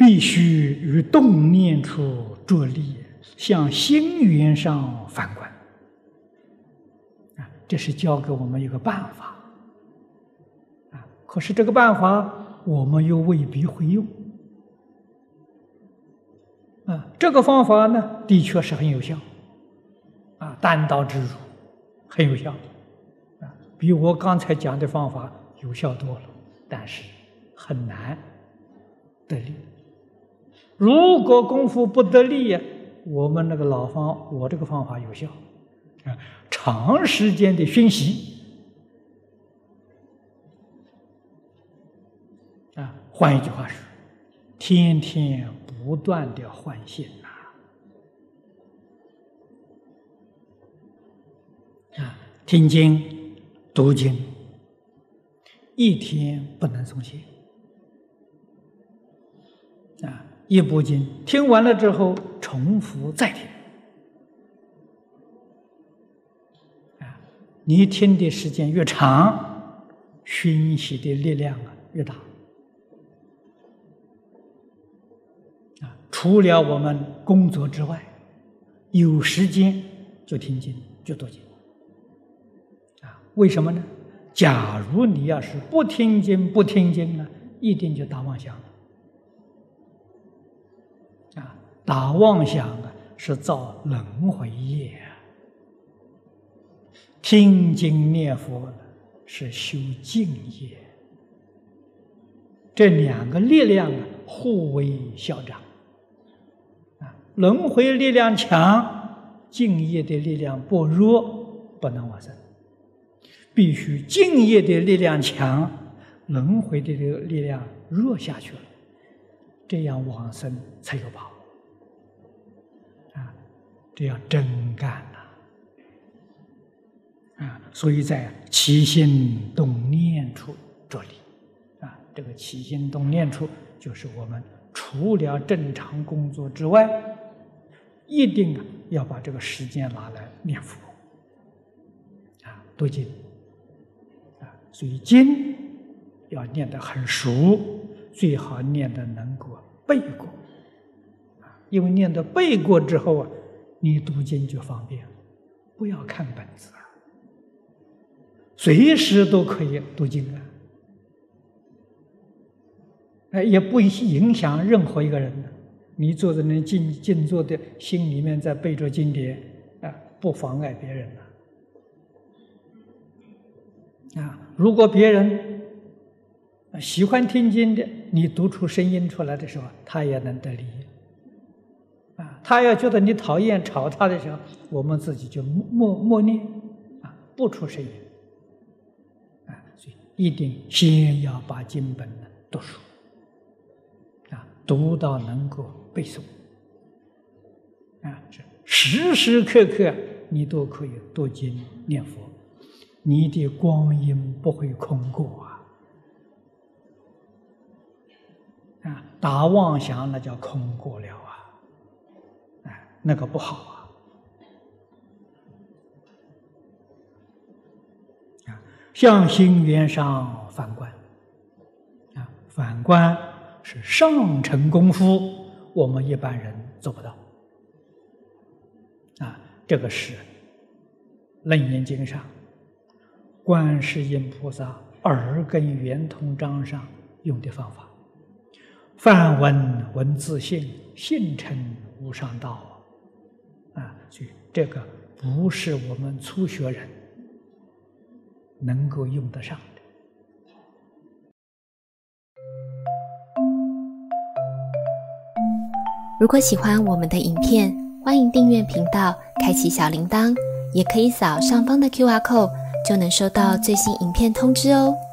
必须于动念处着力，向心源上反观。这是教给我们一个办法。可是这个办法我们又未必会用。这个方法呢，的确是很有效。单刀直入，很有效。比我刚才讲的方法有效多了，但是很难得力。如果功夫不得力呀，我们那个我这个方法有效。长时间的熏习，换一句话说，天天不断的换心听经读经，一天不能松懈。一部经听完了之后，重复再听。你听的时间越长，熏习的力量越大。除了我们工作之外，有时间就听经，就读经。为什么呢？假如你要是不听经呢，一定就打妄想了。打妄想是造轮回业。听经念佛是修净业。这两个力量互为消长。轮回力量强，净业的力量薄弱，不能往生。必须净业的力量强，轮回的力量弱下去了，这样往生才有把握。这要真干所以在起心动念处着力。这个起心动念处，就是我们除了正常工作之外，一定要把这个时间拿来念佛读经。所以经要念得很熟，最好念得能够背过。因为念得背过之后你读经就方便，不要看本子随时都可以读经也不影响任何一个人你坐在那静坐的，心里面在背着经典不妨碍别人如果别人喜欢听经的，你读出声音出来的时候，他也能得利益他要觉得你讨厌吵他的时候，我们自己就默念不出声音所以一定先要把经本读熟读到能够背诵时时刻刻你都可以读经念佛，你的光阴不会空过打妄想那叫空过了那个不好向心源上反观反观是上乘功夫，我们一般人做不到这个是《楞严经》上观世音菩萨耳根圆通章上用的方法。梵闻闻自性，性成无上道所以这个不是我们初学人能够用得上的。 如果喜欢我们的影片，欢迎订阅频道，开启小铃铛，也可以扫上方的 QR code， 就能收到最新影片通知哦。